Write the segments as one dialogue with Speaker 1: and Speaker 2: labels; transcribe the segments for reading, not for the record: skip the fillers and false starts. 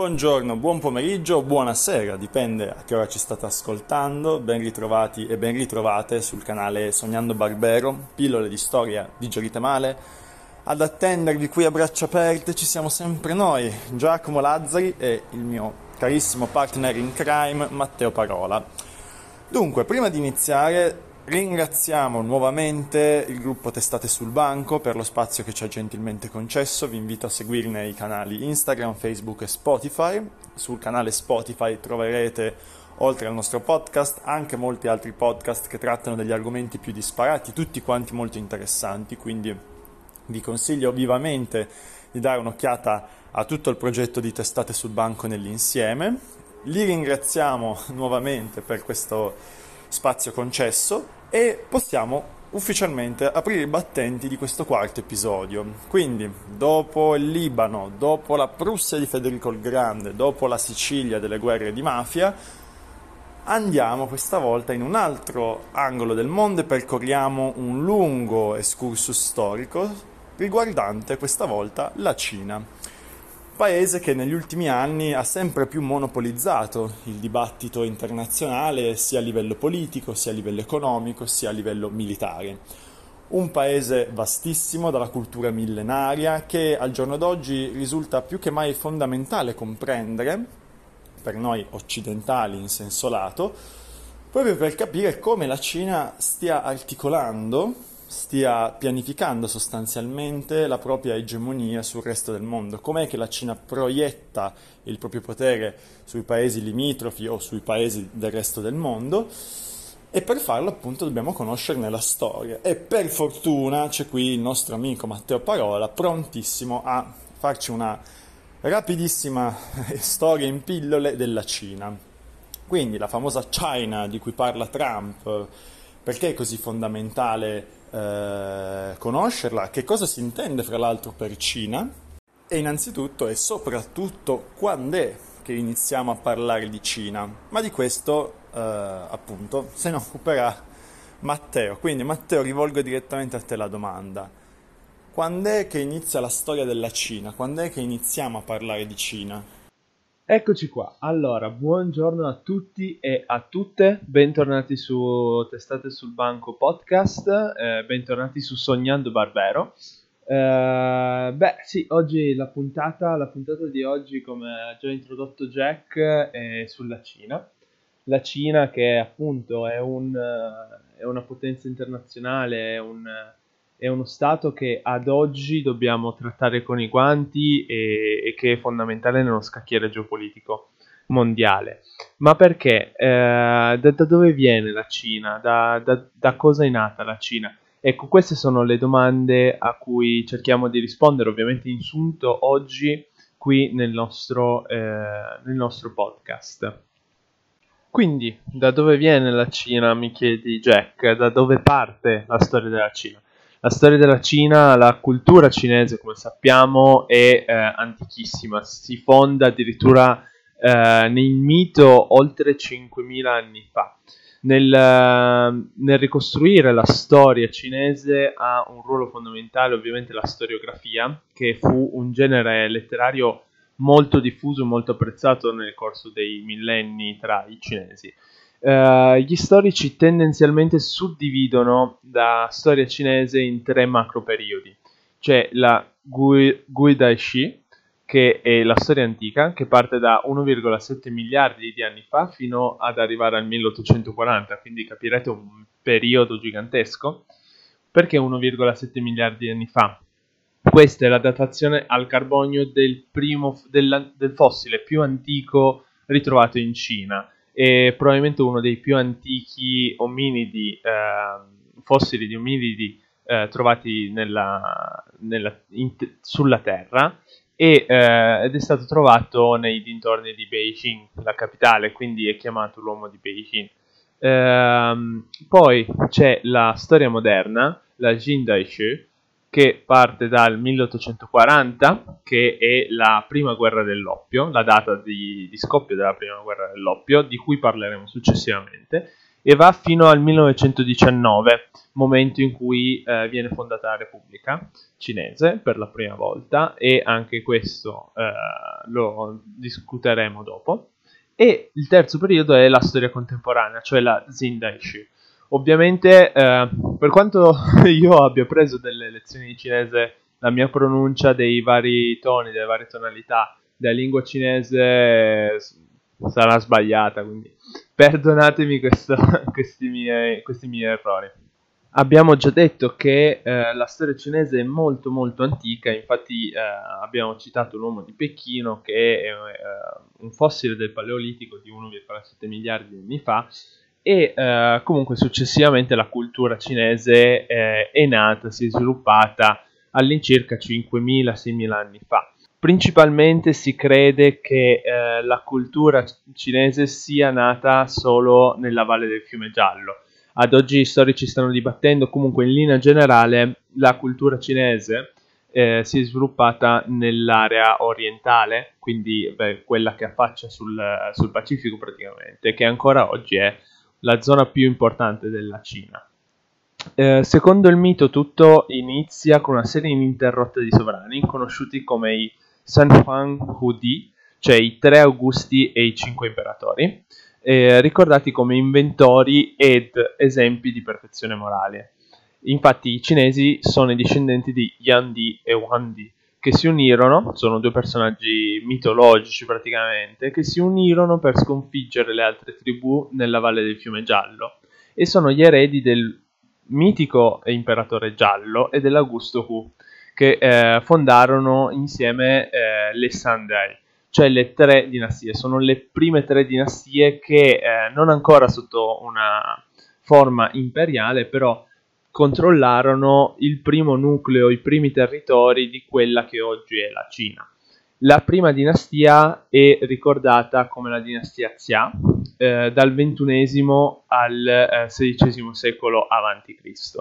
Speaker 1: Buongiorno, buon pomeriggio, buonasera, dipende a che ora ci state ascoltando. Ben ritrovati e ben ritrovate sul canale Sognando Barbero, pillole di storia digerite male. Ad attendervi qui a braccia aperte ci siamo sempre noi, Giacomo Lazzari e il mio carissimo partner in crime, Matteo Parola. Dunque, prima di iniziare, ringraziamo nuovamente il gruppo Testate sul Banco per lo spazio che ci ha gentilmente concesso. Vi invito a seguirne i canali Instagram, Facebook e Spotify. Sul canale Spotify troverete, oltre al nostro podcast, anche molti altri podcast che trattano degli argomenti più disparati, tutti quanti molto interessanti, quindi vi consiglio vivamente di dare un'occhiata a tutto il progetto di Testate sul Banco nell'insieme. Li ringraziamo nuovamente per questo spazio concesso e possiamo ufficialmente aprire i battenti di questo quarto episodio. Quindi, dopo il Libano, dopo la Prussia di Federico il Grande, dopo la Sicilia delle guerre di mafia, andiamo questa volta in un altro angolo del mondo e percorriamo un lungo excursus storico riguardante questa volta la Cina. Paese che negli ultimi anni ha sempre più monopolizzato il dibattito internazionale sia a livello politico, sia a livello economico, sia a livello militare. Un paese vastissimo, dalla cultura millenaria, che al giorno d'oggi risulta più che mai fondamentale comprendere, per noi occidentali in senso lato, proprio per capire come la Cina stia articolando, stia pianificando sostanzialmente la propria egemonia sul resto del mondo. Com'è che la Cina proietta il proprio potere sui paesi limitrofi o sui paesi del resto del mondo? E per farlo appunto dobbiamo conoscerne la storia. E per fortuna c'è qui il nostro amico Matteo Parola, prontissimo a farci una rapidissima storia in pillole della Cina. Quindi la famosa China di cui parla Trump, perché è così fondamentale conoscerla? Che cosa si intende fra l'altro per Cina? E innanzitutto e soprattutto quando è che iniziamo a parlare di Cina? Ma di questo appunto se ne occuperà Matteo. Quindi Matteo, rivolgo direttamente a te la domanda. Quando è che inizia la storia della Cina? Quando è che iniziamo a parlare di Cina?
Speaker 2: Eccoci qua, allora, buongiorno a tutti e a tutte, bentornati su Testate sul Banco podcast, bentornati su Sognando Barbero. Sì, oggi la puntata di oggi, come ha già introdotto Jack, è sulla Cina. La Cina che appunto è una potenza internazionale, è uno stato che ad oggi dobbiamo trattare con i guanti e che è fondamentale nello scacchiere geopolitico mondiale. Ma perché? Da dove viene la Cina? Da cosa è nata la Cina? Ecco, queste sono le domande a cui cerchiamo di rispondere, ovviamente in sunto, oggi qui nel nostro podcast. Quindi, da dove viene la Cina, mi chiedi Jack? Da dove parte la storia della Cina? La storia della Cina, la cultura cinese, come sappiamo, è antichissima, si fonda addirittura nel mito oltre 5.000 anni fa. Nel ricostruire la storia cinese ha un ruolo fondamentale ovviamente la storiografia, che fu un genere letterario molto diffuso e molto apprezzato nel corso dei millenni tra i cinesi. Gli storici tendenzialmente suddividono la storia cinese in tre macro periodi. C'è la Guidaishi, che è la storia antica, che parte da 1,7 miliardi di anni fa fino ad arrivare al 1840, quindi capirete un periodo gigantesco. Perché 1,7 miliardi di anni fa? Questa è la datazione al carbonio del fossile più antico ritrovato in Cina. È probabilmente uno dei più antichi ominidi, fossili di ominidi trovati sulla Terra ed è stato trovato nei dintorni di Beijing, la capitale, quindi è chiamato l'uomo di Beijing. Poi c'è la storia moderna, la Jindaishu, che parte dal 1840, che è la prima guerra dell'oppio, la data di scoppio della prima guerra dell'oppio, di cui parleremo successivamente, e va fino al 1919, momento in cui viene fondata la Repubblica Cinese per la prima volta, e anche questo lo discuteremo dopo. E il terzo periodo è la storia contemporanea, cioè la Zindaishi. Ovviamente, per quanto io abbia preso delle lezioni di cinese, la mia pronuncia dei vari toni, delle varie tonalità della lingua cinese sarà sbagliata, quindi perdonatemi questi miei errori. Abbiamo già detto che la storia cinese è molto molto antica, infatti abbiamo citato l'uomo di Pechino, che è un fossile del Paleolitico di 1,7 miliardi di anni fa, e comunque successivamente la cultura cinese è nata, si è sviluppata all'incirca 5.000-6.000 anni fa. Principalmente si crede che la cultura cinese sia nata solo nella valle del fiume Giallo. Ad oggi gli storici stanno dibattendo, comunque in linea generale la cultura cinese si è sviluppata nell'area orientale, quindi quella che affaccia sul Pacifico praticamente, che ancora oggi è la zona più importante della Cina. Secondo il mito tutto inizia con una serie ininterrotta di sovrani, conosciuti come i San Huang Hudi, cioè i 3 Augusti e i 5 imperatori, ricordati come inventori ed esempi di perfezione morale. Infatti i cinesi sono i discendenti di Yan Di e Wan Di, che si unirono, sono 2 personaggi mitologici praticamente, che si unirono per sconfiggere le altre tribù nella valle del fiume Giallo, e sono gli eredi del mitico imperatore Giallo e dell'Augusto Hu, che fondarono insieme le Sandai, cioè le 3 dinastie. Sono le prime 3 dinastie che non ancora sotto una forma imperiale, però controllarono il primo nucleo, i primi territori di quella che oggi è la Cina. La prima dinastia è ricordata come la dinastia Xia, dal XXI al XVI secolo a.C.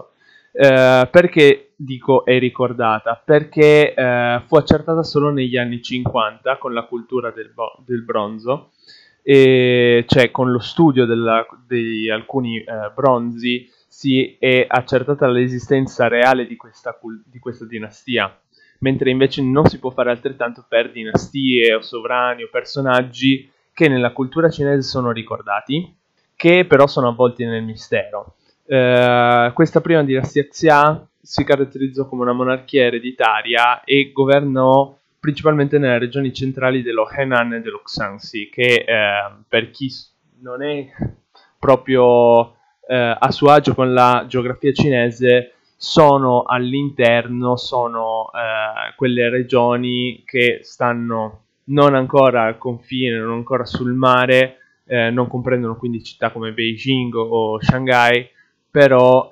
Speaker 2: Perché dico è ricordata? Perché fu accertata solo negli anni 50 con la cultura del bronzo, e cioè con lo studio di alcuni bronzi si è accertata l'esistenza reale di questa dinastia, mentre invece non si può fare altrettanto per dinastie o sovrani o personaggi che nella cultura cinese sono ricordati, che però sono avvolti nel mistero. Questa prima dinastia Xia si caratterizzò come una monarchia ereditaria e governò principalmente nelle regioni centrali dello Henan e dello Shaanxi, che per chi non è proprio a suo agio con la geografia cinese, sono all'interno, sono quelle regioni che stanno non ancora al confine, non ancora sul mare, non comprendono quindi città come Beijing o Shanghai, però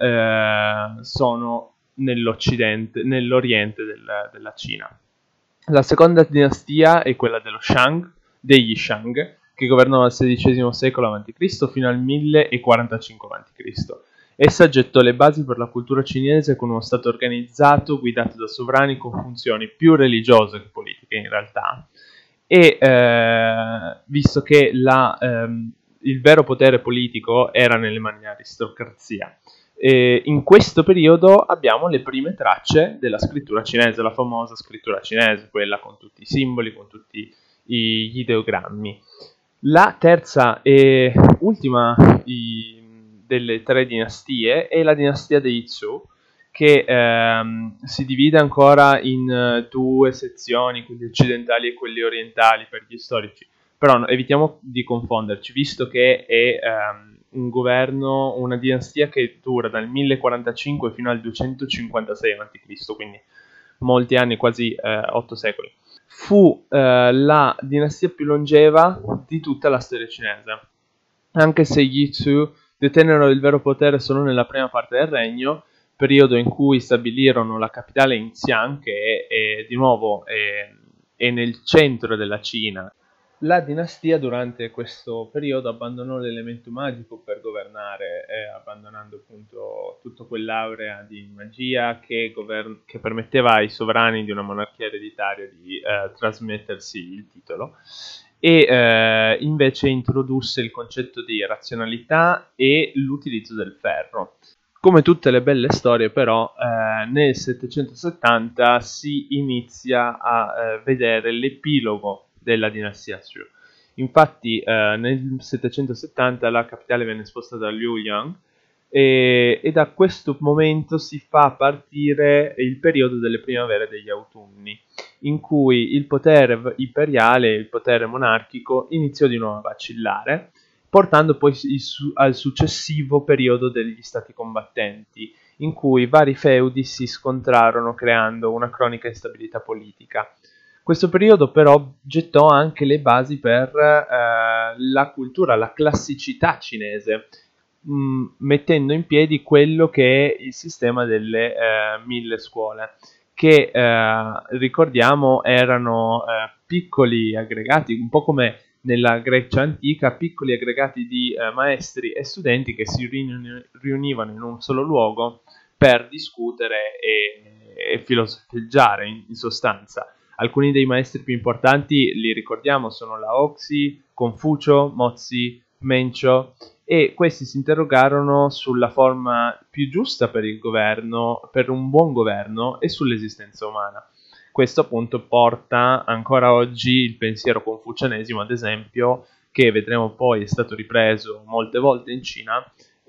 Speaker 2: sono nell'oriente della Cina. La seconda dinastia è quella degli Shang, che governò dal XVI secolo a.C. fino al 1045 a.C. Essa gettò le basi per la cultura cinese con uno stato organizzato, guidato da sovrani con funzioni più religiose che politiche in realtà, e visto che il vero potere politico era nelle mani dell'aristocrazia. In questo periodo abbiamo le prime tracce della scrittura cinese, la famosa scrittura cinese, quella con tutti i simboli, con tutti gli ideogrammi. La terza e ultima delle 3 dinastie è la dinastia degli Zhou, che si divide ancora in 2 sezioni, quelli occidentali e quelli orientali per gli storici, però evitiamo di confonderci, visto che è un governo, una dinastia che dura dal 1045 fino al 256 a.C., quindi molti anni, quasi 8 secoli. Fu la dinastia più longeva di tutta la storia cinese, anche se gli Zhou detennero il vero potere solo nella prima parte del regno, periodo in cui stabilirono la capitale in Xi'an, che è di nuovo è nel centro della Cina. La dinastia durante questo periodo abbandonò l'elemento magico per governare, abbandonando appunto tutto quell'aurea di magia che permetteva ai sovrani di una monarchia ereditaria di trasmettersi il titolo, e invece introdusse il concetto di razionalità e l'utilizzo del ferro. Come tutte le belle storie, però, nel 770 si inizia a vedere l'epilogo della dinastia Zhou. Infatti, nel 770 la capitale venne spostata a Luoyang e da questo momento si fa partire il periodo delle primavere e degli autunni, in cui il potere imperiale, il potere monarchico, iniziò di nuovo a vacillare, portando poi al successivo periodo degli stati combattenti, in cui vari feudi si scontrarono creando una cronica instabilità politica. Questo periodo però gettò anche le basi per la cultura, la classicità cinese, mettendo in piedi quello che è il sistema delle 1000 scuole, che ricordiamo erano piccoli aggregati, un po' come nella Grecia antica, piccoli aggregati di maestri e studenti che si riunivano in un solo luogo per discutere e filosofeggiare in sostanza. Alcuni dei maestri più importanti, li ricordiamo, sono Laozi, Confucio, Mozi, Mencio, e questi si interrogarono sulla forma più giusta per il governo, per un buon governo e sull'esistenza umana. Questo appunto porta ancora oggi il pensiero confucianesimo, ad esempio, che vedremo poi è stato ripreso molte volte in Cina,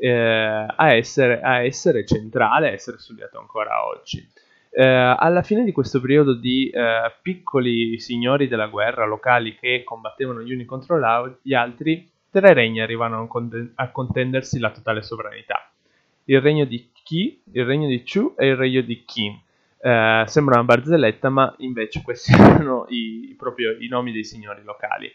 Speaker 2: a essere centrale, a essere studiato ancora oggi. Alla fine di questo periodo di piccoli signori della guerra locali che combattevano gli uni contro gli altri, 3 regni arrivano a contendersi la totale sovranità: il regno di Qi, il regno di Chu e il regno di Qin. Sembra una barzelletta, ma invece questi erano proprio i nomi dei signori locali.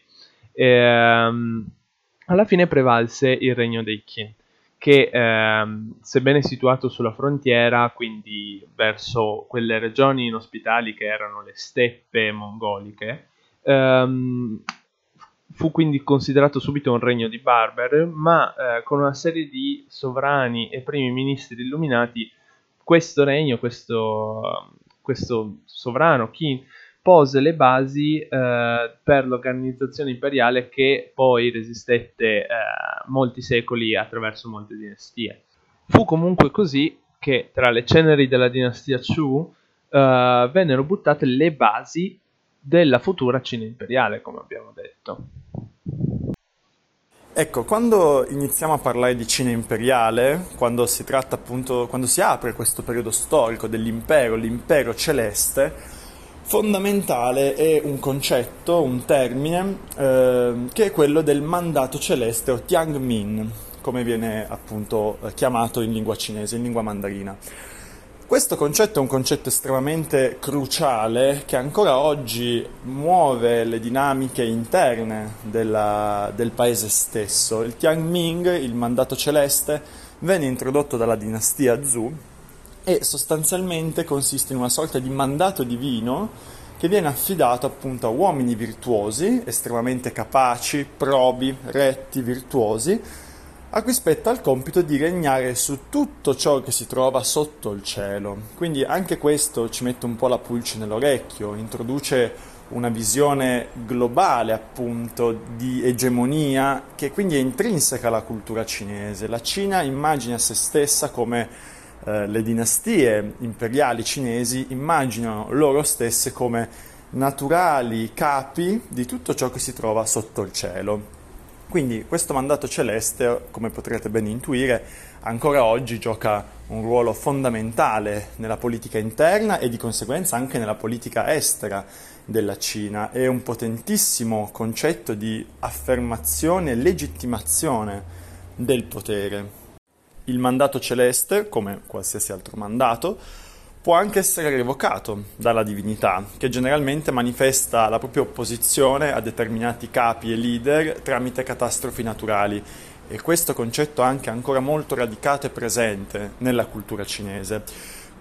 Speaker 2: Alla fine prevalse il regno dei Qin, che sebbene situato sulla frontiera, quindi verso quelle regioni inospitali che erano le steppe mongoliche, fu quindi considerato subito un regno di barbari, ma con una serie di sovrani e primi ministri illuminati questo regno, questo sovrano Qin, pose le basi per l'organizzazione imperiale che poi resistette molti secoli attraverso molte dinastie. Fu comunque così che tra le ceneri della dinastia Zhou vennero buttate le basi della futura Cina imperiale, come abbiamo detto.
Speaker 1: Ecco, quando iniziamo a parlare di Cina imperiale, quando si tratta appunto, quando si apre questo periodo storico dell'impero, l'impero celeste, fondamentale è un concetto, un termine, che è quello del mandato celeste o Tiangmin, come viene appunto chiamato in lingua cinese, in lingua mandarina. Questo concetto è un concetto estremamente cruciale che ancora oggi muove le dinamiche interne del paese stesso. Il Tiangming, il mandato celeste, venne introdotto dalla dinastia Zhou e sostanzialmente consiste in una sorta di mandato divino che viene affidato appunto a uomini virtuosi, estremamente capaci, probi, retti, virtuosi, a cui spetta il compito di regnare su tutto ciò che si trova sotto il cielo. Quindi anche questo ci mette un po' la pulce nell'orecchio, introduce una visione globale appunto di egemonia che quindi è intrinseca alla cultura cinese. La Cina immagina se stessa come le dinastie imperiali cinesi immaginano loro stesse come naturali capi di tutto ciò che si trova sotto il cielo. Quindi questo mandato celeste, come potrete ben intuire, ancora oggi gioca un ruolo fondamentale nella politica interna e di conseguenza anche nella politica estera della Cina. È un potentissimo concetto di affermazione e legittimazione del potere. Il mandato celeste, come qualsiasi altro mandato, può anche essere revocato dalla divinità, che generalmente manifesta la propria opposizione a determinati capi e leader tramite catastrofi naturali, e questo concetto è anche ancora molto radicato e presente nella cultura cinese.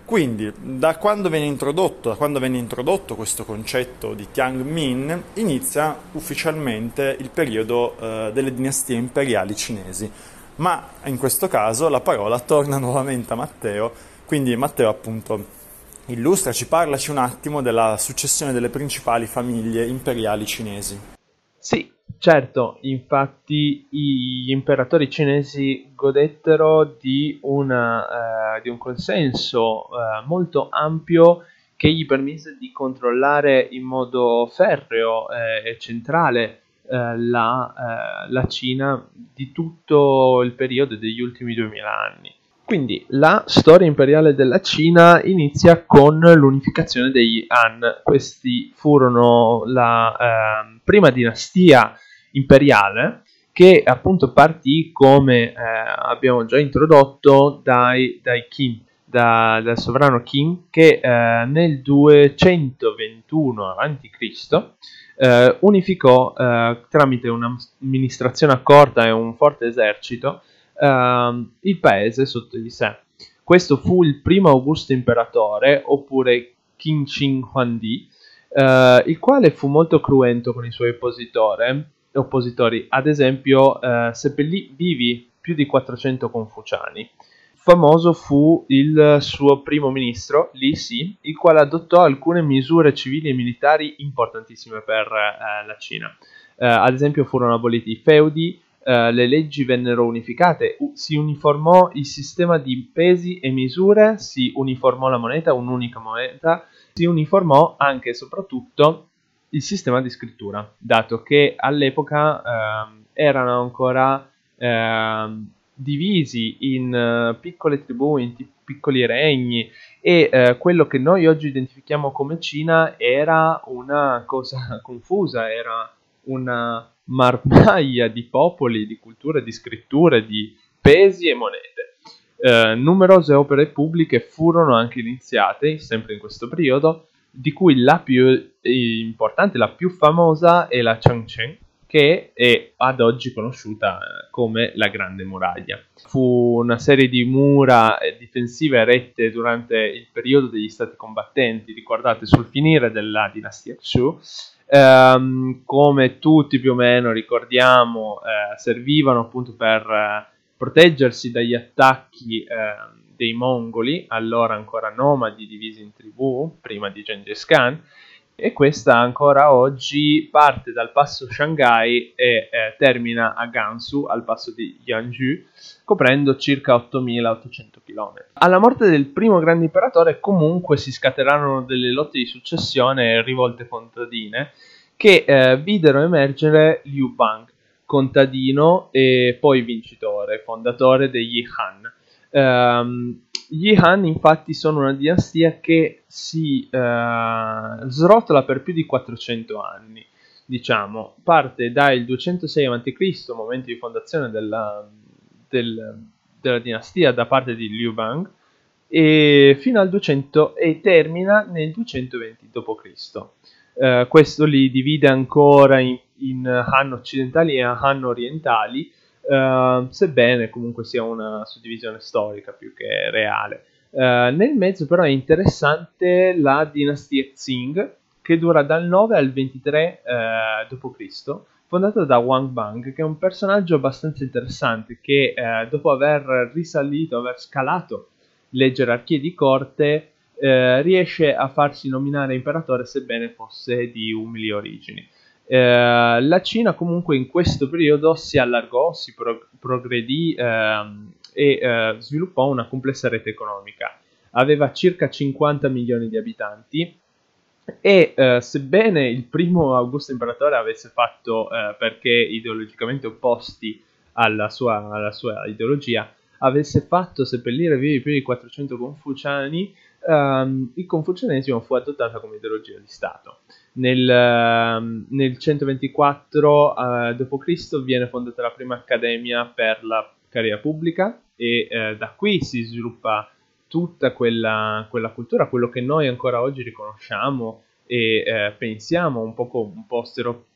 Speaker 1: Quindi, da quando venne introdotto questo concetto di Tiangmin, inizia ufficialmente il periodo delle dinastie imperiali cinesi. Ma in questo caso la parola torna nuovamente a Matteo, quindi Matteo appunto illustraci, parlaci un attimo della successione delle principali famiglie imperiali cinesi.
Speaker 2: Sì, certo, infatti gli imperatori cinesi godettero di un consenso molto ampio che gli permise di controllare in modo ferreo e centrale la Cina di tutto il periodo degli ultimi 2000 anni. Quindi la storia imperiale della Cina inizia con l'unificazione degli Han. Questi furono la prima dinastia imperiale che appunto partì, come abbiamo già introdotto, dai Qin, dal sovrano Qin che nel 221 a.C. Unificò tramite un'amministrazione accorta e un forte esercito il paese sotto di sé. Questo fu il primo Augusto imperatore, oppure Qin Shi Huangdi, il quale fu molto cruento con i suoi oppositori, ad esempio seppellì vivi più di 400 confuciani. Famoso fu il suo primo ministro, Li Si, il quale adottò alcune misure civili e militari importantissime per la Cina. Ad esempio furono aboliti i feudi, le leggi vennero unificate, si uniformò il sistema di pesi e misure, si uniformò la moneta, un'unica moneta, si uniformò anche e soprattutto il sistema di scrittura, dato che all'epoca erano ancora divisi in piccole tribù, in piccoli regni, e quello che noi oggi identifichiamo come Cina era una cosa confusa, era una marmaglia di popoli, di culture, di scritture, di pesi e monete. Numerose opere pubbliche furono anche iniziate, sempre in questo periodo, di cui la più importante, la più famosa è la Changcheng, che è ad oggi conosciuta come la Grande Muraglia. Fu una serie di mura difensive erette durante il periodo degli stati combattenti, ricordate sul finire della dinastia Xu. Come tutti più o meno ricordiamo, servivano appunto per proteggersi dagli attacchi dei mongoli, allora ancora nomadi divisi in tribù, prima di Gengis Khan, e questa ancora oggi parte dal passo Shanghai e termina a Gansu, al passo di Yanzhou, coprendo circa 8.800 km. Alla morte del primo grande imperatore comunque si scatenarono delle lotte di successione e rivolte contadine che videro emergere Liu Bang, contadino e poi vincitore, fondatore degli Han. Gli Han infatti sono una dinastia che si srotola per più di 400 anni, diciamo, parte dal 206 a.C., momento di fondazione della dinastia da parte di Liu Bang, e fino al 200 e termina nel 220 d.C. Questo li divide ancora in Han occidentali e Han orientali, sebbene comunque sia una suddivisione storica più che reale. Nel mezzo però è interessante la dinastia Qing, che dura dal 9 al 23 d.C., fondata da Wang Bang, che è un personaggio abbastanza interessante che dopo aver scalato le gerarchie di corte, riesce a farsi nominare imperatore sebbene fosse di umili origini. La Cina comunque in questo periodo si allargò, si progredì e sviluppò una complessa rete economica. Aveva circa 50 milioni di abitanti e sebbene il primo Augusto imperatore avesse fatto, perché ideologicamente opposti alla sua ideologia, avesse fatto seppellire vivi più di 400 confuciani, il confucianesimo fu adottato come ideologia di Stato. Nel 124 d.C. viene fondata la prima accademia per la carriera pubblica e da qui si sviluppa tutta quella quello che noi ancora oggi riconosciamo e pensiamo un po'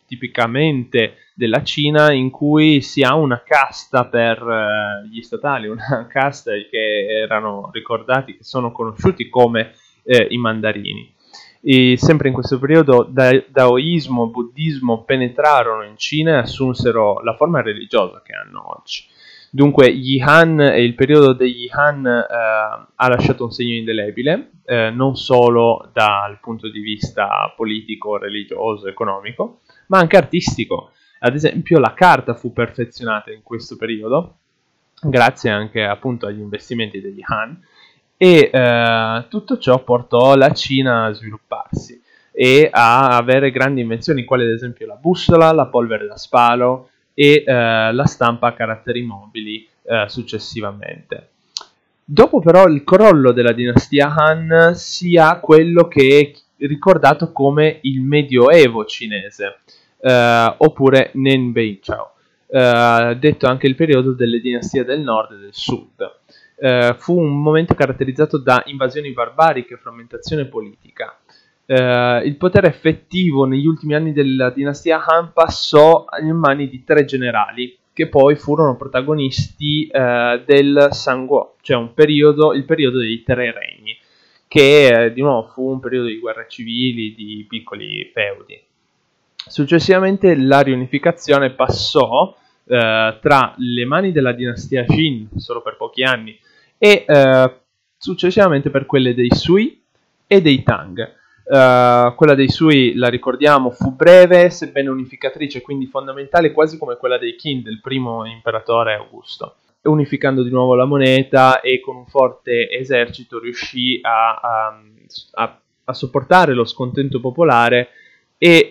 Speaker 2: tipicamente della Cina, in cui si ha una casta per gli statali, una casta che erano ricordati, che sono conosciuti come i mandarini. E sempre in questo periodo daoismo e buddismo penetrarono in Cina e assunsero la forma religiosa che hanno oggi. Dunque gli Han e il periodo degli Han ha lasciato un segno indelebile, non solo dal punto di vista politico, religioso, economico, ma anche artistico. Ad esempio la carta fu perfezionata in questo periodo, grazie anche appunto agli investimenti degli Han, e tutto ciò portò la Cina a svilupparsi e a avere grandi invenzioni, quali ad esempio la bussola, la polvere da sparo e la stampa a caratteri mobili successivamente. Dopo però il crollo della dinastia Han si ha quello che è ricordato come il Medioevo cinese, oppure Nenbei Chao, detto anche il periodo delle dinastie del nord e del sud. Fu un momento caratterizzato da invasioni barbariche e frammentazione politica. Il potere effettivo negli ultimi anni della dinastia Han passò in mani di 3 generali, che poi furono protagonisti del Sanguo, cioè il periodo dei 3 regni, che di nuovo fu un periodo di guerre civili, di piccoli feudi. Successivamente la riunificazione passò tra le mani della dinastia Jin, solo per pochi anni, e successivamente per quelle dei Sui e dei Tang. Quella dei Sui, la ricordiamo, fu breve, sebbene unificatrice, quindi fondamentale, quasi come quella dei Qin, del primo imperatore Augusto. Unificando di nuovo la moneta e con un forte esercito riuscì a sopportare lo scontento popolare e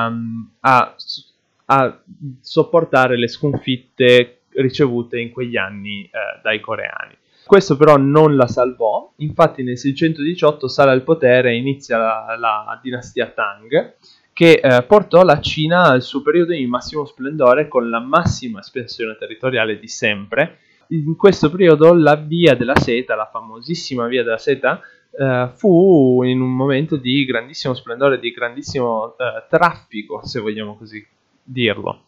Speaker 2: a sopportare le sconfitte ricevute in quegli anni dai coreani. Questo però non la salvò, infatti nel 618 sale al potere e inizia la dinastia Tang, che portò la Cina al suo periodo di massimo splendore con la massima espansione territoriale di sempre. In questo periodo la Via della Seta, la famosissima Via della Seta, fu in un momento di grandissimo splendore, di grandissimo traffico, se vogliamo così dirlo.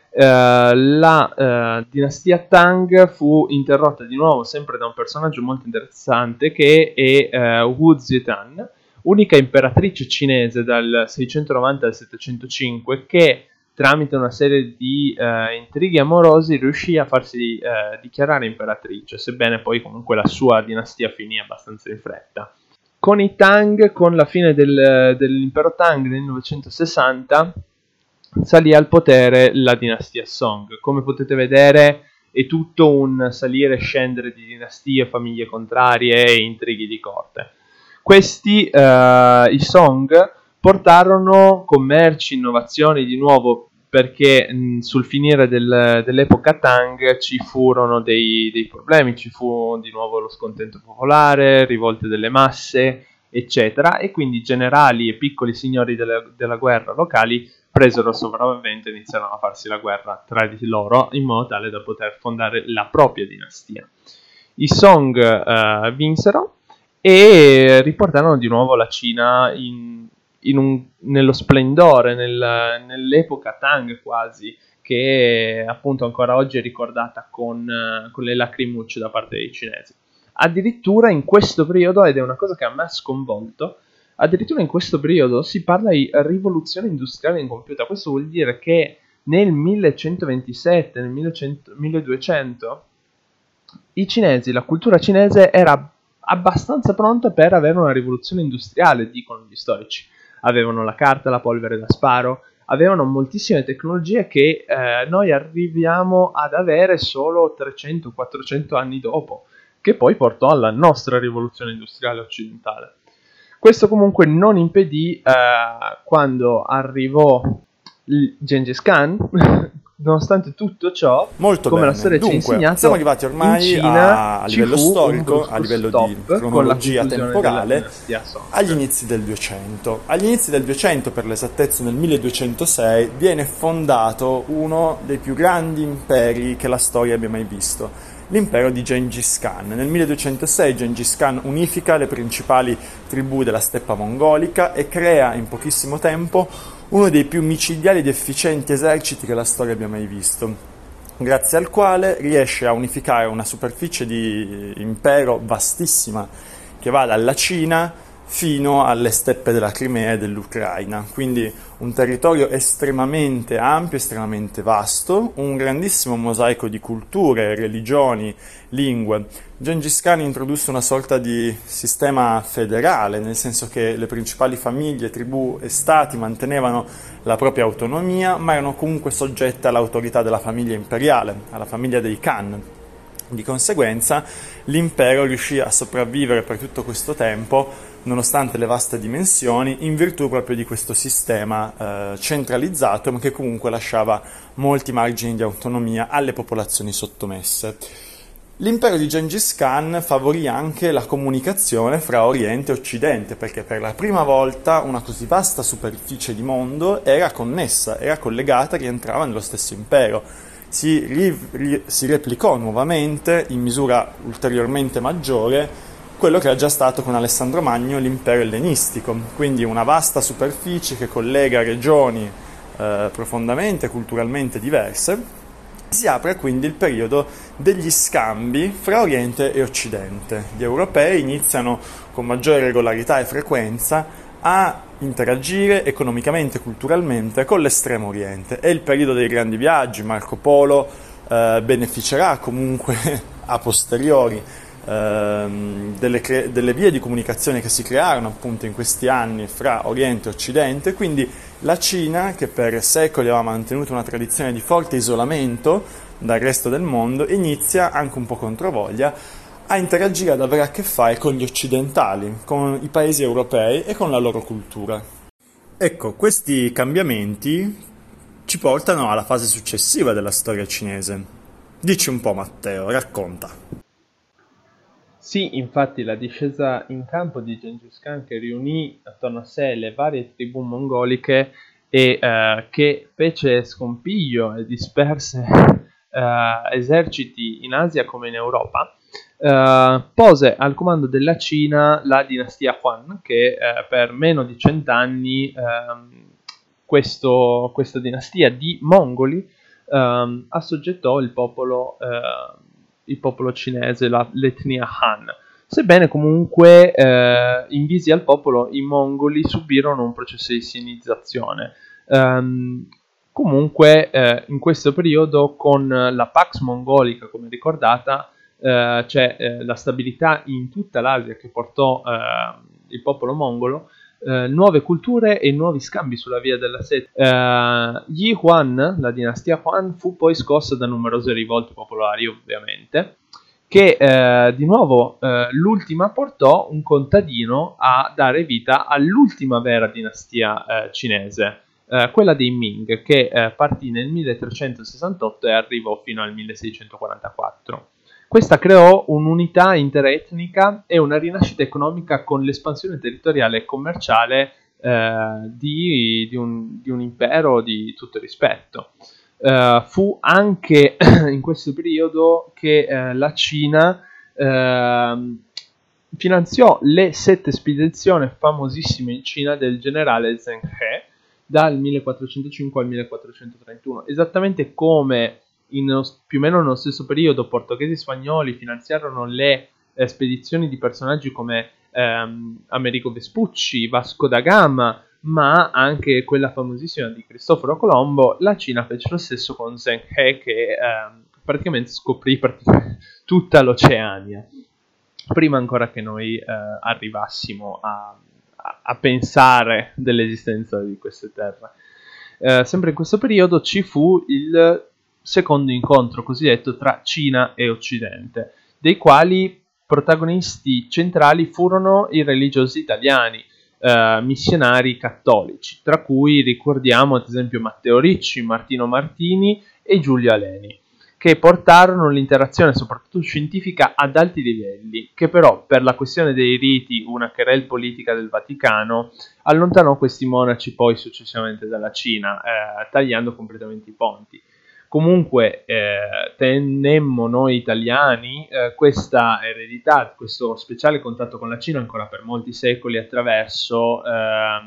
Speaker 2: La dinastia Tang fu interrotta di nuovo sempre da un personaggio molto interessante che è Wu Zetian, unica imperatrice cinese dal 690 al 705, che tramite una serie di intrighi amorosi riuscì a farsi dichiarare imperatrice, sebbene poi comunque la sua dinastia finì abbastanza in fretta. Con i Tang, con la fine dell'impero Tang nel 960, salì al potere la dinastia Song. Come potete vedere è tutto un salire e scendere di dinastie, famiglie contrarie e intrighi di corte. Questi, i Song, portarono commerci, innovazioni di nuovo, perché sul finire dell'epoca Tang ci furono dei problemi, ci fu di nuovo lo scontento popolare, rivolte delle masse, eccetera, e quindi generali e piccoli signori della guerra locali presero sopravvento e iniziarono a farsi la guerra tra di loro in modo tale da poter fondare la propria dinastia. I Song vinsero e riportarono di nuovo la Cina nello splendore, nell'epoca Tang quasi, che appunto ancora oggi è ricordata con le lacrimucce da parte dei cinesi. Addirittura in questo periodo, ed è una cosa che a me ha sconvolto, addirittura in questo periodo si parla di rivoluzione industriale incompiuta. Questo vuol dire che nel 1127, nel 1200, i cinesi, la cultura cinese era abbastanza pronta per avere una rivoluzione industriale, dicono gli storici. Avevano la carta, la polvere da sparo, avevano moltissime tecnologie che noi arriviamo ad avere solo 300-400 anni dopo, che poi portò alla nostra rivoluzione industriale occidentale. Questo comunque non impedì, quando arrivò Gengis Khan, nonostante tutto ciò,
Speaker 1: molto
Speaker 2: come
Speaker 1: bene.
Speaker 2: la storia
Speaker 1: Dunque,
Speaker 2: ci ha insegnato,
Speaker 1: siamo arrivati ormai
Speaker 2: in Cina
Speaker 1: a livello storico, a livello di cronologia temporale, agli
Speaker 2: inizi
Speaker 1: inizi del 200. Agli inizi del 200, per l'esattezza nel 1206, viene fondato uno dei più grandi imperi che la storia abbia mai visto, l'impero di Gengis Khan. Nel 1206 Gengis Khan unifica le principali tribù della steppa mongolica e crea in pochissimo tempo uno dei più micidiali ed efficienti eserciti che la storia abbia mai visto, grazie al quale riesce a unificare una superficie di impero vastissima che va dalla Cina fino alle steppe della Crimea e dell'Ucraina, quindi un territorio estremamente ampio, estremamente vasto, un grandissimo mosaico di culture, religioni, lingue. Gengis Khan introdusse una sorta di sistema federale, nel senso che le principali famiglie, tribù e stati mantenevano la propria autonomia, ma erano comunque soggette all'autorità della famiglia imperiale, alla famiglia dei Khan. Di conseguenza l'impero riuscì a sopravvivere per tutto questo tempo, nonostante le vaste dimensioni, in virtù proprio di questo sistema centralizzato, ma che comunque lasciava molti margini di autonomia alle popolazioni sottomesse. L'impero di Gengis Khan favorì anche la comunicazione fra Oriente e Occidente, perché per la prima volta una così vasta superficie di mondo era connessa, era collegata, rientrava nello stesso impero. Si replicò nuovamente, in misura ulteriormente maggiore, quello che era già stato con Alessandro Magno l'impero ellenistico, quindi una vasta superficie che collega regioni profondamente, culturalmente diverse. Si apre quindi il periodo degli scambi fra Oriente e Occidente. Gli europei iniziano con maggiore regolarità e frequenza a interagire economicamente e culturalmente con l'Estremo Oriente. È il periodo dei grandi viaggi. Marco Polo beneficerà comunque a posteriori delle vie di comunicazione che si crearono appunto in questi anni fra Oriente e Occidente, quindi la Cina, che per secoli aveva mantenuto una tradizione di forte isolamento dal resto del mondo, inizia, anche un po' controvoglia, a interagire, ad avere a che fare con gli occidentali, con i paesi europei e con la loro cultura. Ecco, questi cambiamenti ci portano alla fase successiva della storia cinese. Dici un po', Matteo, racconta.
Speaker 2: Sì, infatti la discesa in campo di Gengis Khan, che riunì attorno a sé le varie tribù mongoliche e che fece scompiglio e disperse eserciti in Asia come in Europa, pose al comando della Cina la dinastia Yuan, che per meno di 100 anni questa dinastia di mongoli assoggettò il popolo cinese, l'etnia Han. Sebbene comunque invisi al popolo, i mongoli subirono un processo di sienizzazione. Comunque in questo periodo, con la Pax Mongolica, come ricordata, c'è la stabilità in tutta l'Asia che portò il popolo mongolo, nuove culture e nuovi scambi sulla via della seta. Yi Huan, la dinastia Huan, fu poi scossa da numerose rivolte popolari, ovviamente, che di nuovo l'ultima portò un contadino a dare vita all'ultima vera dinastia cinese, quella dei Ming, che partì nel 1368 e arrivò fino al 1644. Questa creò un'unità interetnica e una rinascita economica con l'espansione territoriale e commerciale di un impero di tutto rispetto. Fu anche in questo periodo che la Cina finanziò le 7 spedizioni famosissime in Cina del generale Zheng He dal 1405 al 1431, esattamente come più o meno nello stesso periodo portoghesi e spagnoli finanziarono le spedizioni di personaggi come Amerigo Vespucci, Vasco da Gama, ma anche quella famosissima di Cristoforo Colombo. La Cina fece lo stesso con Zheng He, che praticamente scoprì tutta l'Oceania, prima ancora che noi arrivassimo a pensare dell'esistenza di queste terre. Sempre in questo periodo ci fu il secondo incontro cosiddetto tra Cina e Occidente, dei quali protagonisti centrali furono i religiosi italiani, missionari cattolici, tra cui ricordiamo ad esempio Matteo Ricci, Martino Martini e Giulio Aleni, che portarono l'interazione soprattutto scientifica ad alti livelli, che però per la questione dei riti, una querel politica del Vaticano, allontanò questi monaci poi successivamente dalla Cina, tagliando completamente i ponti. Comunque tenemmo noi italiani questa eredità, questo speciale contatto con la Cina ancora per molti secoli attraverso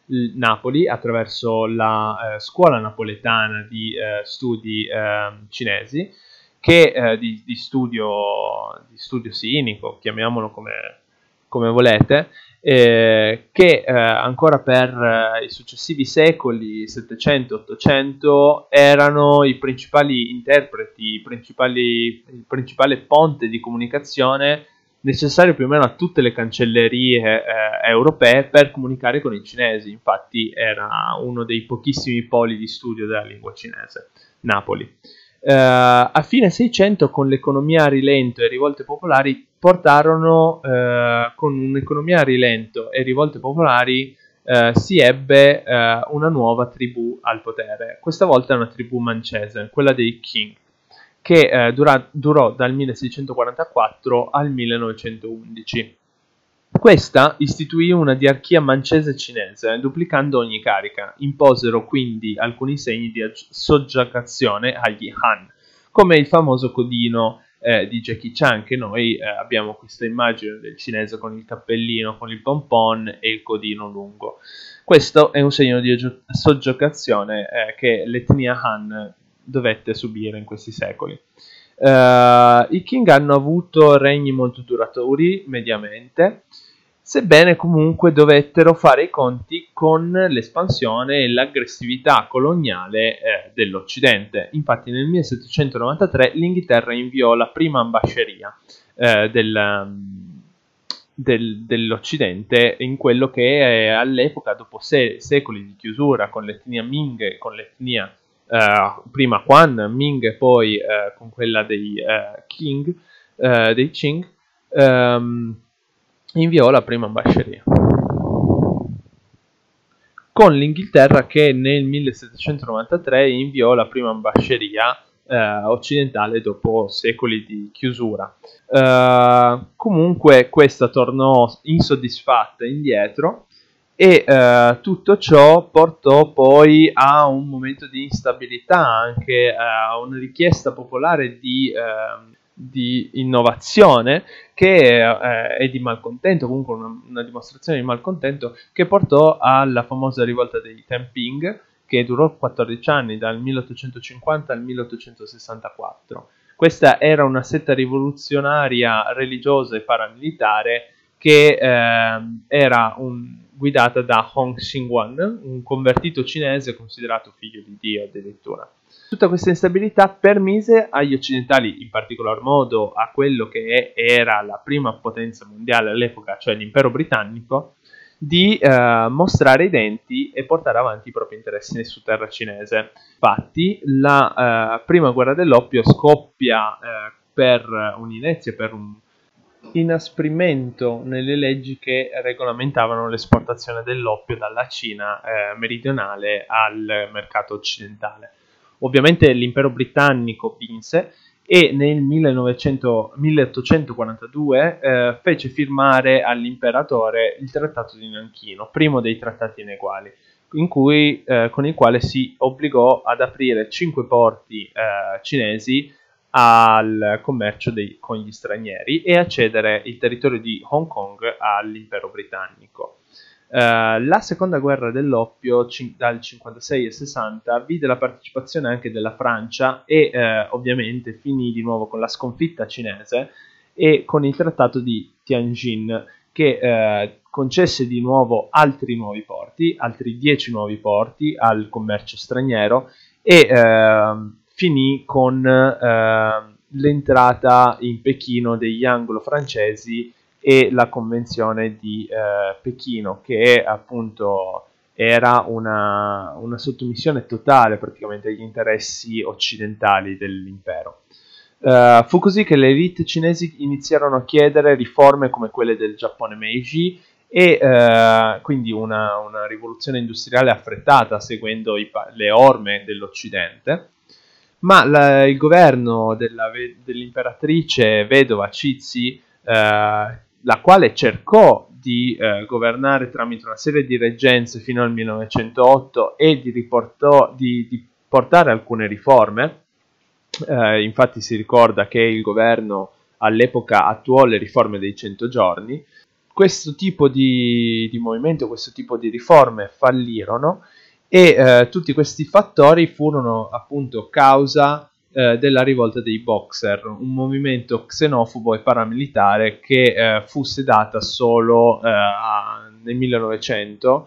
Speaker 2: Napoli attraverso la scuola napoletana di studi cinesi, che di studio sinico, chiamiamolo come volete, che ancora per i successivi secoli 700-800 erano i principali interpreti, il principale ponte di comunicazione necessario più o meno a tutte le cancellerie europee per comunicare con i cinesi. Infatti era uno dei pochissimi poli di studio della lingua cinese, Napoli. A fine 600, con l'economia a rilento e rivolte popolari, portarono con un'economia a rilento e rivolte popolari si ebbe una nuova tribù al potere. Questa volta è una tribù mancese, quella dei Qing, che durò dal 1644 al 1911. Questa istituì una diarchia mancese cinese, duplicando ogni carica. Imposero quindi alcuni segni di soggiacazione agli Han, come il famoso codino di Jackie Chan, che noi abbiamo questa immagine del cinese con il cappellino, con il pompon e il codino lungo. Questo è un segno di soggiogazione che l'etnia Han dovette subire in questi secoli. I Qing hanno avuto regni molto duraturi, mediamente, sebbene comunque dovettero fare i conti con l'espansione e l'aggressività coloniale dell'Occidente. Infatti nel 1793 l'Inghilterra inviò la prima ambasceria dell'Occidente in quello che all'epoca, dopo secoli di chiusura con l'etnia Ming, con l'etnia prima Quan, Ming e poi con quella dei Qing, dei Qing, inviò la prima ambasceria con l'Inghilterra, che nel 1793 inviò la prima ambasceria occidentale dopo secoli di chiusura. Comunque questa tornò insoddisfatta indietro e tutto ciò portò poi a un momento di instabilità, anche a una richiesta popolare di innovazione e di malcontento, comunque una dimostrazione di malcontento che portò alla famosa rivolta dei Tamping, che durò 14 anni, dal 1850 al 1864. Questa era una setta rivoluzionaria religiosa e paramilitare che era guidata da Hong Xingwan, un convertito cinese considerato figlio di Dio addirittura. Tutta questa instabilità permise agli occidentali, in particolar modo a quello che era la prima potenza mondiale all'epoca, cioè l'impero britannico, di mostrare i denti e portare avanti i propri interessi su terra cinese. Infatti la prima guerra dell'oppio scoppia per un'inezia, per un inasprimento nelle leggi che regolamentavano l'esportazione dell'oppio dalla Cina meridionale al mercato occidentale. Ovviamente l'impero britannico vinse e nel 1842 fece firmare all'imperatore il trattato di Nanchino, primo dei trattati ineguali, con il quale si obbligò ad aprire 5 porti cinesi al commercio con gli stranieri e a cedere il territorio di Hong Kong all'impero britannico. La seconda guerra dell'oppio dal 56 al 60 vide la partecipazione anche della Francia e ovviamente finì di nuovo con la sconfitta cinese e con il trattato di Tianjin, che concesse di nuovo altri 10 nuovi porti al commercio straniero e finì con l'entrata in Pechino degli anglo-francesi e la convenzione di Pechino, che appunto era una sottomissione totale praticamente agli interessi occidentali dell'impero. Fu così che le elite cinesi iniziarono a chiedere riforme come quelle del Giappone Meiji e quindi una rivoluzione industriale affrettata seguendo le orme dell'Occidente. Ma il governo dell'imperatrice vedova Cixi, la quale cercò di governare tramite una serie di reggenze fino al 1908 e di portare alcune riforme. Infatti si ricorda che il governo all'epoca attuò le riforme dei 100 giorni. questo tipo di movimento, questo tipo di riforme fallirono e tutti questi fattori furono appunto causa della rivolta dei Boxer, un movimento xenofobo e paramilitare che fu sedata solo nel 1900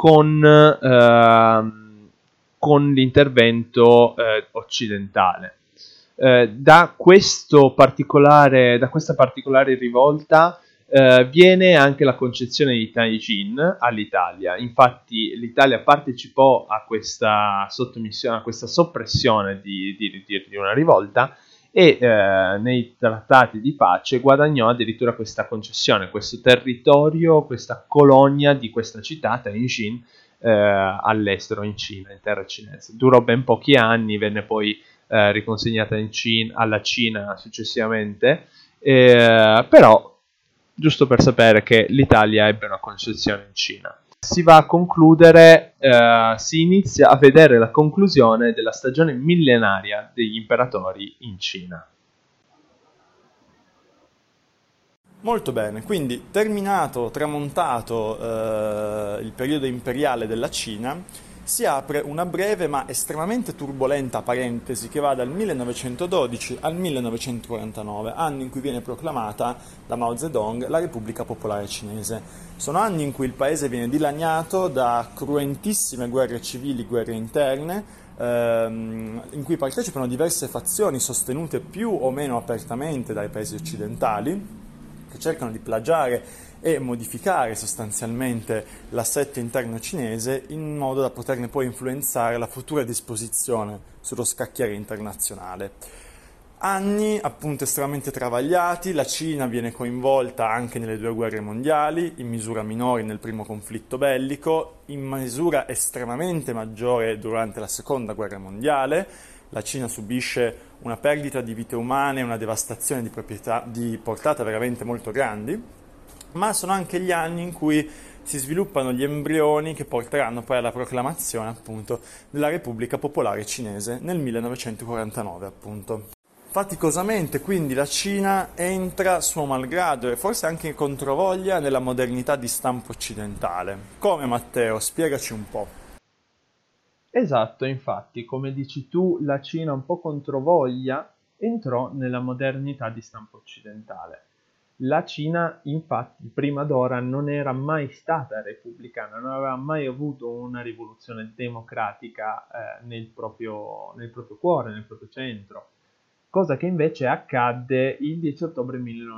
Speaker 2: con l'intervento occidentale. Da questa particolare rivolta viene anche la concessione di Taijin all'Italia. Infatti l'Italia partecipò a questa sottomissione, a questa soppressione di una rivolta e nei trattati di pace guadagnò addirittura questa concessione, questo territorio, questa colonia di questa città, Taijin, all'estero in Cina, in terra cinese. Durò ben pochi anni, venne poi riconsegnata alla Cina successivamente, però giusto per sapere che l'Italia ebbe una concessione in Cina. Si va a concludere, si inizia a vedere la conclusione della stagione millenaria degli imperatori in Cina.
Speaker 1: Molto bene, quindi tramontato il periodo imperiale della Cina, si apre una breve ma estremamente turbolenta parentesi che va dal 1912 al 1949, anno in cui viene proclamata da Mao Zedong la Repubblica Popolare Cinese. Sono anni in cui il paese viene dilaniato da cruentissime guerre civili, guerre interne, in cui partecipano diverse fazioni sostenute più o meno apertamente dai paesi occidentali, che cercano di plagiare e modificare sostanzialmente l'assetto interno cinese in modo da poterne poi influenzare la futura disposizione sullo scacchiere internazionale. Anni appunto estremamente travagliati, la Cina viene coinvolta anche nelle due guerre mondiali, in misura minore nel primo conflitto bellico, in misura estremamente maggiore durante la seconda guerra mondiale. La Cina subisce una perdita di vite umane e una devastazione di portata veramente molto grandi, ma sono anche gli anni in cui si sviluppano gli embrioni che porteranno poi alla proclamazione appunto della Repubblica Popolare Cinese nel 1949 appunto. Faticosamente quindi la Cina entra suo malgrado e forse anche in controvoglia nella modernità di stampo occidentale. Come, Matteo? Spiegaci un po'.
Speaker 2: Esatto, infatti, come dici tu, la Cina un po' controvoglia entrò nella modernità di stampo occidentale. La Cina, infatti, prima d'ora non era mai stata repubblicana, non aveva mai avuto una rivoluzione democratica nel proprio cuore, nel proprio centro, cosa che invece accadde il 10 ottobre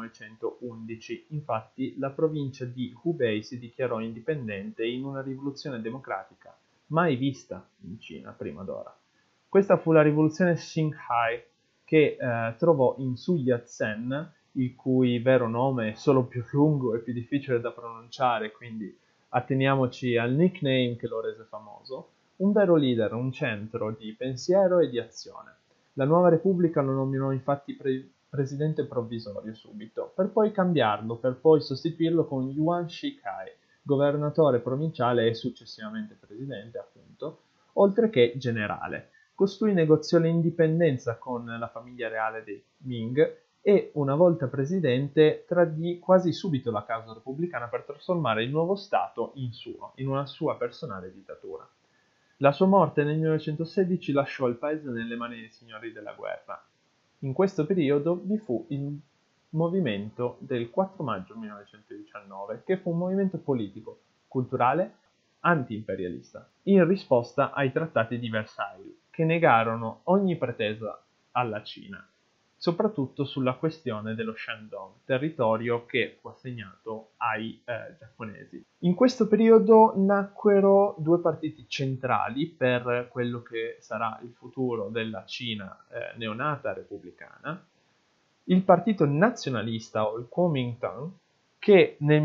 Speaker 2: 1911. Infatti, la provincia di Hubei si dichiarò indipendente in una rivoluzione democratica mai vista in Cina prima d'ora. Questa fu la rivoluzione Xinhai che trovò in Sun Yat-sen, il cui vero nome è solo più lungo e più difficile da pronunciare, quindi atteniamoci al nickname che lo rese famoso, un vero leader, un centro di pensiero e di azione. La nuova repubblica lo nominò infatti presidente provvisorio subito, per poi cambiarlo, per poi sostituirlo con Yuan Shikai, governatore provinciale e successivamente presidente, appunto, oltre che generale. Costui negoziò l'indipendenza con la famiglia reale dei Ming e, una volta presidente, tradì quasi subito la causa repubblicana per trasformare il nuovo Stato in una sua personale dittatura. La sua morte nel 1916 lasciò il paese nelle mani dei signori della guerra. In questo periodo vi fu il movimento del 4 maggio 1919, che fu un movimento politico, culturale, anti-imperialista, in risposta ai trattati di Versailles, che negarono ogni pretesa alla Cina, soprattutto sulla questione dello Shandong, territorio che fu assegnato ai giapponesi. In questo periodo nacquero due partiti centrali per quello che sarà il futuro della Cina neonata repubblicana: il partito nazionalista o il Kuomintang, che nel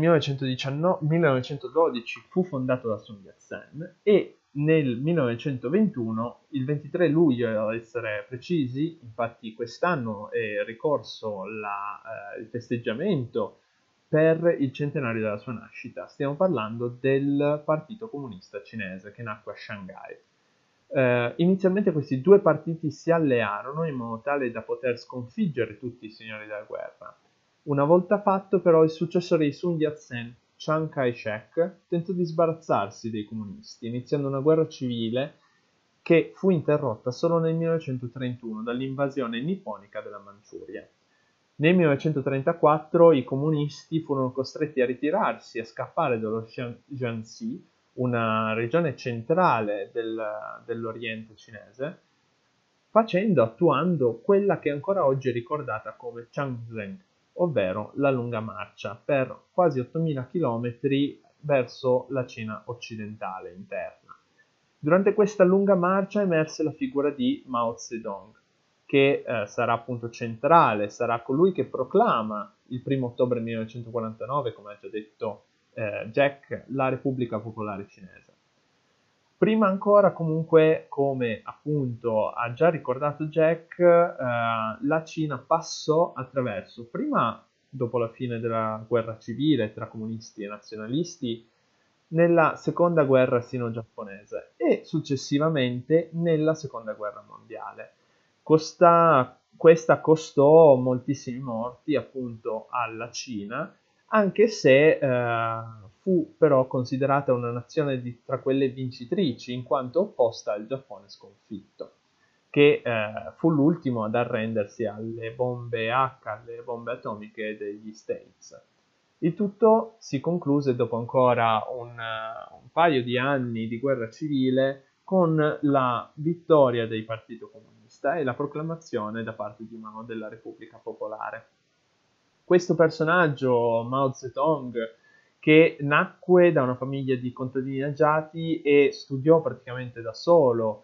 Speaker 2: 1912 fu fondato da Sun Yat-sen e nel 1921, il 23 luglio ad essere precisi, infatti quest'anno è ricorso il festeggiamento per il centenario della sua nascita. Stiamo parlando del Partito Comunista Cinese che nacque a Shanghai. Inizialmente questi due partiti si allearono in modo tale da poter sconfiggere tutti i signori della guerra. Una volta fatto, però, il successore di Sun Yat-sen, Chiang Kai-shek, tentò di sbarazzarsi dei comunisti, iniziando una guerra civile che fu interrotta solo nel 1931 dall'invasione nipponica della Manciuria. Nel 1934 i comunisti furono costretti a ritirarsi e a scappare dallo Jiangxi, una regione centrale dell'Oriente cinese, attuando quella che ancora oggi è ricordata come Changzheng, ovvero la lunga marcia, per quasi 8.000 km verso la Cina occidentale interna. Durante questa lunga marcia emerse la figura di Mao Zedong, che sarà appunto centrale, sarà colui che proclama il 1 ottobre 1949, come ha già detto Jack, la Repubblica Popolare Cinese. Prima ancora, comunque, come appunto ha già ricordato Jack, la Cina passò attraverso, prima dopo la fine della guerra civile tra comunisti e nazionalisti, nella seconda guerra sino-giapponese e successivamente nella seconda guerra mondiale. Questa costò moltissimi morti appunto alla Cina, anche se fu però considerata una nazione tra quelle vincitrici, in quanto opposta al Giappone sconfitto, che fu l'ultimo ad arrendersi alle bombe H, alle bombe atomiche degli States. Il tutto si concluse dopo ancora un paio di anni di guerra civile con la vittoria del Partito Comunista e la proclamazione da parte di Mao della Repubblica Popolare. Questo personaggio, Mao Zedong, che nacque da una famiglia di contadini agiati e studiò praticamente da solo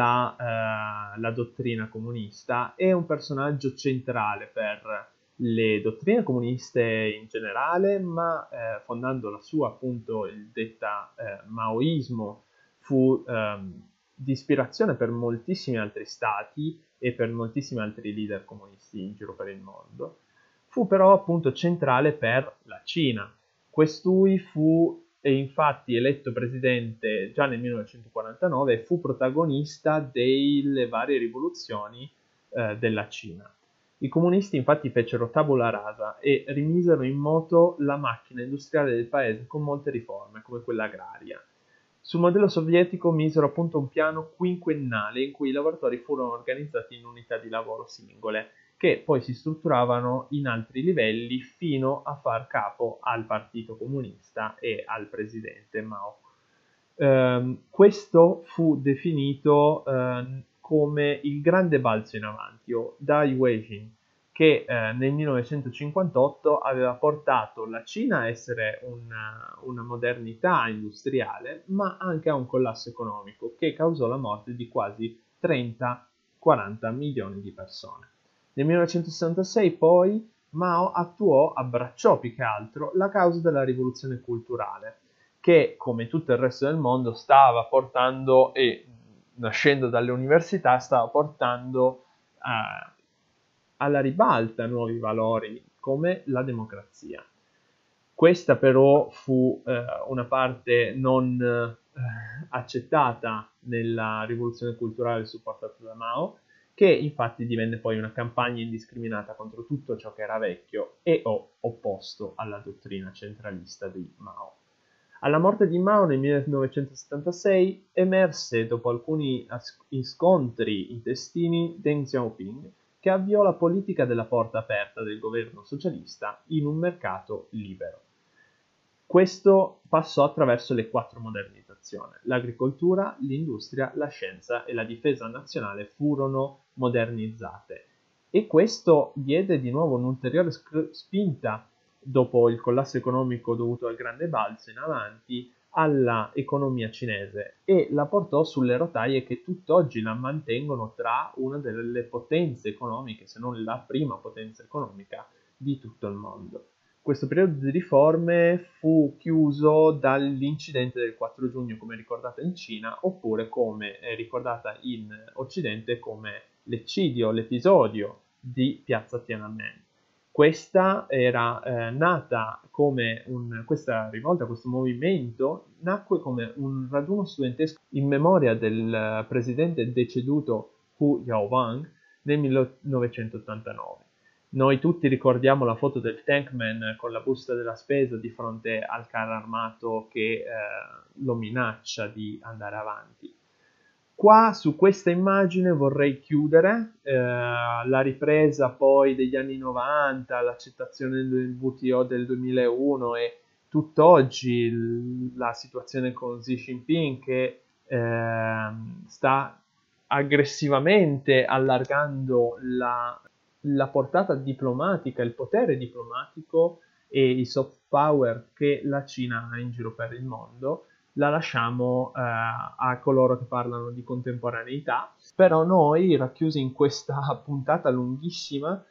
Speaker 2: la dottrina comunista, è un personaggio centrale per le dottrine comuniste in generale, ma fondando la sua, appunto, il detta maoismo, fu di ispirazione per moltissimi altri stati e per moltissimi altri leader comunisti in giro per il mondo. Fu però appunto centrale per la Cina. Questui fu infatti eletto presidente già nel 1949 e fu protagonista delle varie rivoluzioni della Cina. I comunisti infatti fecero tabula rasa e rimisero in moto la macchina industriale del paese con molte riforme, come quella agraria. Sul modello sovietico misero appunto un piano quinquennale in cui i lavoratori furono organizzati in unità di lavoro singole, che poi si strutturavano in altri livelli fino a far capo al Partito Comunista e al presidente Mao. Questo fu definito come il grande balzo in avanti, o Dai Weijin, che nel 1958 aveva portato la Cina a essere una modernità industriale, ma anche a un collasso economico che causò la morte di quasi 30-40 milioni di persone. Nel 1966 poi Mao abbracciò più che altro la causa della rivoluzione culturale, che come tutto il resto del mondo stava portando, e nascendo dalle università, stava portando alla ribalta nuovi valori come la democrazia. Questa però fu una parte non accettata nella rivoluzione culturale supportata da Mao, che infatti divenne poi una campagna indiscriminata contro tutto ciò che era vecchio e opposto alla dottrina centralista di Mao. Alla morte di Mao nel 1976 emerse, dopo alcuni scontri intestini, Deng Xiaoping, che avviò la politica della porta aperta del governo socialista in un mercato libero. Questo passò attraverso le 4 modernizzazioni. L'agricoltura, l'industria, la scienza e la difesa nazionale furono modernizzate e questo diede di nuovo un'ulteriore spinta, dopo il collasso economico dovuto al grande balzo in avanti, alla economia cinese e la portò sulle rotaie che tutt'oggi la mantengono tra una delle potenze economiche, se non la prima potenza economica di tutto il mondo. Questo periodo di riforme fu chiuso dall'incidente del 4 giugno, come ricordata in Cina, oppure come è ricordata in Occidente come l'episodio di Piazza Tiananmen. Questa era nata come questa rivolta, questo movimento, nacque come un raduno studentesco in memoria del presidente deceduto Hu Yaobang nel 1989. Noi tutti ricordiamo la foto del Tankman con la busta della spesa di fronte al carro armato che lo minaccia di andare avanti. Qua su questa immagine vorrei chiudere, la ripresa poi degli anni 90, l'accettazione del WTO del 2001 e tutt'oggi la situazione con Xi Jinping che sta aggressivamente allargando la portata diplomatica, il potere diplomatico e i soft power che la Cina ha in giro per il mondo, la lasciamo a coloro che parlano di contemporaneità. Però noi, racchiusi in questa puntata lunghissima,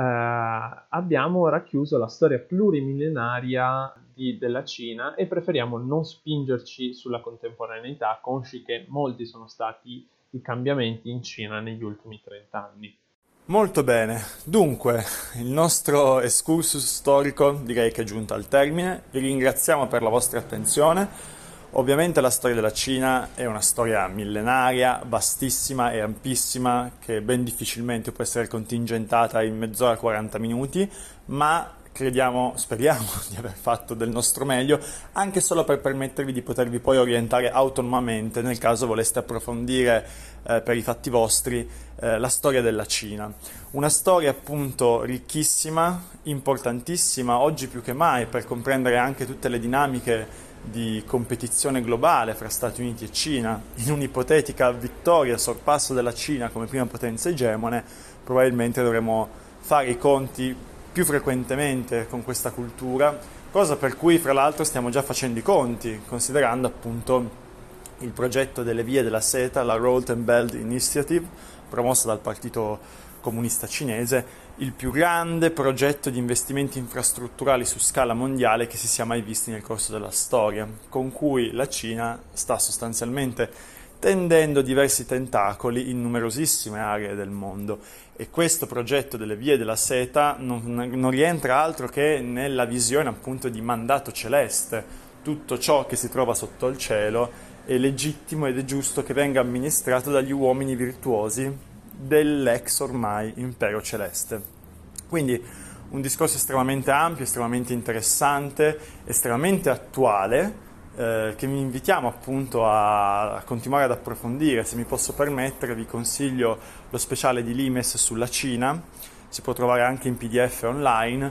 Speaker 2: abbiamo racchiuso la storia plurimillenaria della Cina e preferiamo non spingerci sulla contemporaneità, consci che molti sono stati i cambiamenti in Cina negli ultimi 30 anni.
Speaker 1: Molto bene, dunque il nostro excursus storico direi che è giunto al termine, vi ringraziamo per la vostra attenzione. Ovviamente la storia della Cina è una storia millenaria, vastissima e ampissima che ben difficilmente può essere contingentata in mezz'ora 40 minuti, ma speriamo di aver fatto del nostro meglio, anche solo per permettervi di potervi poi orientare autonomamente nel caso voleste approfondire per i fatti vostri la storia della Cina. Una storia appunto ricchissima, importantissima, oggi più che mai per comprendere anche tutte le dinamiche di competizione globale fra Stati Uniti e Cina. In un'ipotetica vittoria, sorpasso della Cina come prima potenza egemone, probabilmente dovremo fare i conti più frequentemente con questa cultura, cosa per cui fra l'altro stiamo già facendo i conti, considerando appunto il progetto delle Vie della Seta, la Road and Belt Initiative, promossa dal Partito Comunista Cinese, il più grande progetto di investimenti infrastrutturali su scala mondiale che si sia mai visti nel corso della storia, con cui la Cina sta sostanzialmente tendendo diversi tentacoli in numerosissime aree del mondo. E questo progetto delle Vie della Seta non rientra altro che nella visione appunto di mandato celeste. Tutto ciò che si trova sotto il cielo è legittimo ed è giusto che venga amministrato dagli uomini virtuosi dell'ex ormai impero celeste. Quindi un discorso estremamente ampio, estremamente interessante, estremamente attuale, che vi invitiamo appunto a continuare ad approfondire. Se mi posso permettere, vi consiglio lo speciale di Limes sulla Cina, si può trovare anche in PDF online,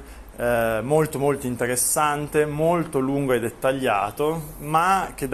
Speaker 1: molto molto interessante, molto lungo e dettagliato, ma che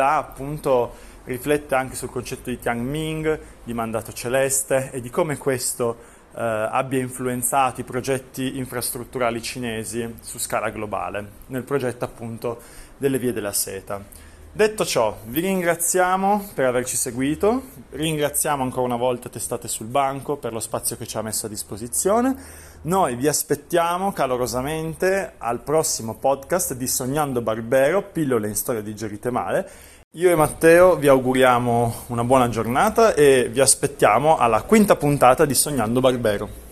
Speaker 1: riflette anche sul concetto di Tianming, di mandato celeste e di come questo abbia influenzato i progetti infrastrutturali cinesi su scala globale, nel progetto appunto delle Vie della Seta. Detto ciò, vi ringraziamo per averci seguito, ringraziamo ancora una volta Testate sul Banco per lo spazio che ci ha messo a disposizione. Noi vi aspettiamo calorosamente al prossimo podcast di Sognando Barbero, pillole in storia digerite male. Io e Matteo vi auguriamo una buona giornata e vi aspettiamo alla quinta puntata di Sognando Barbero.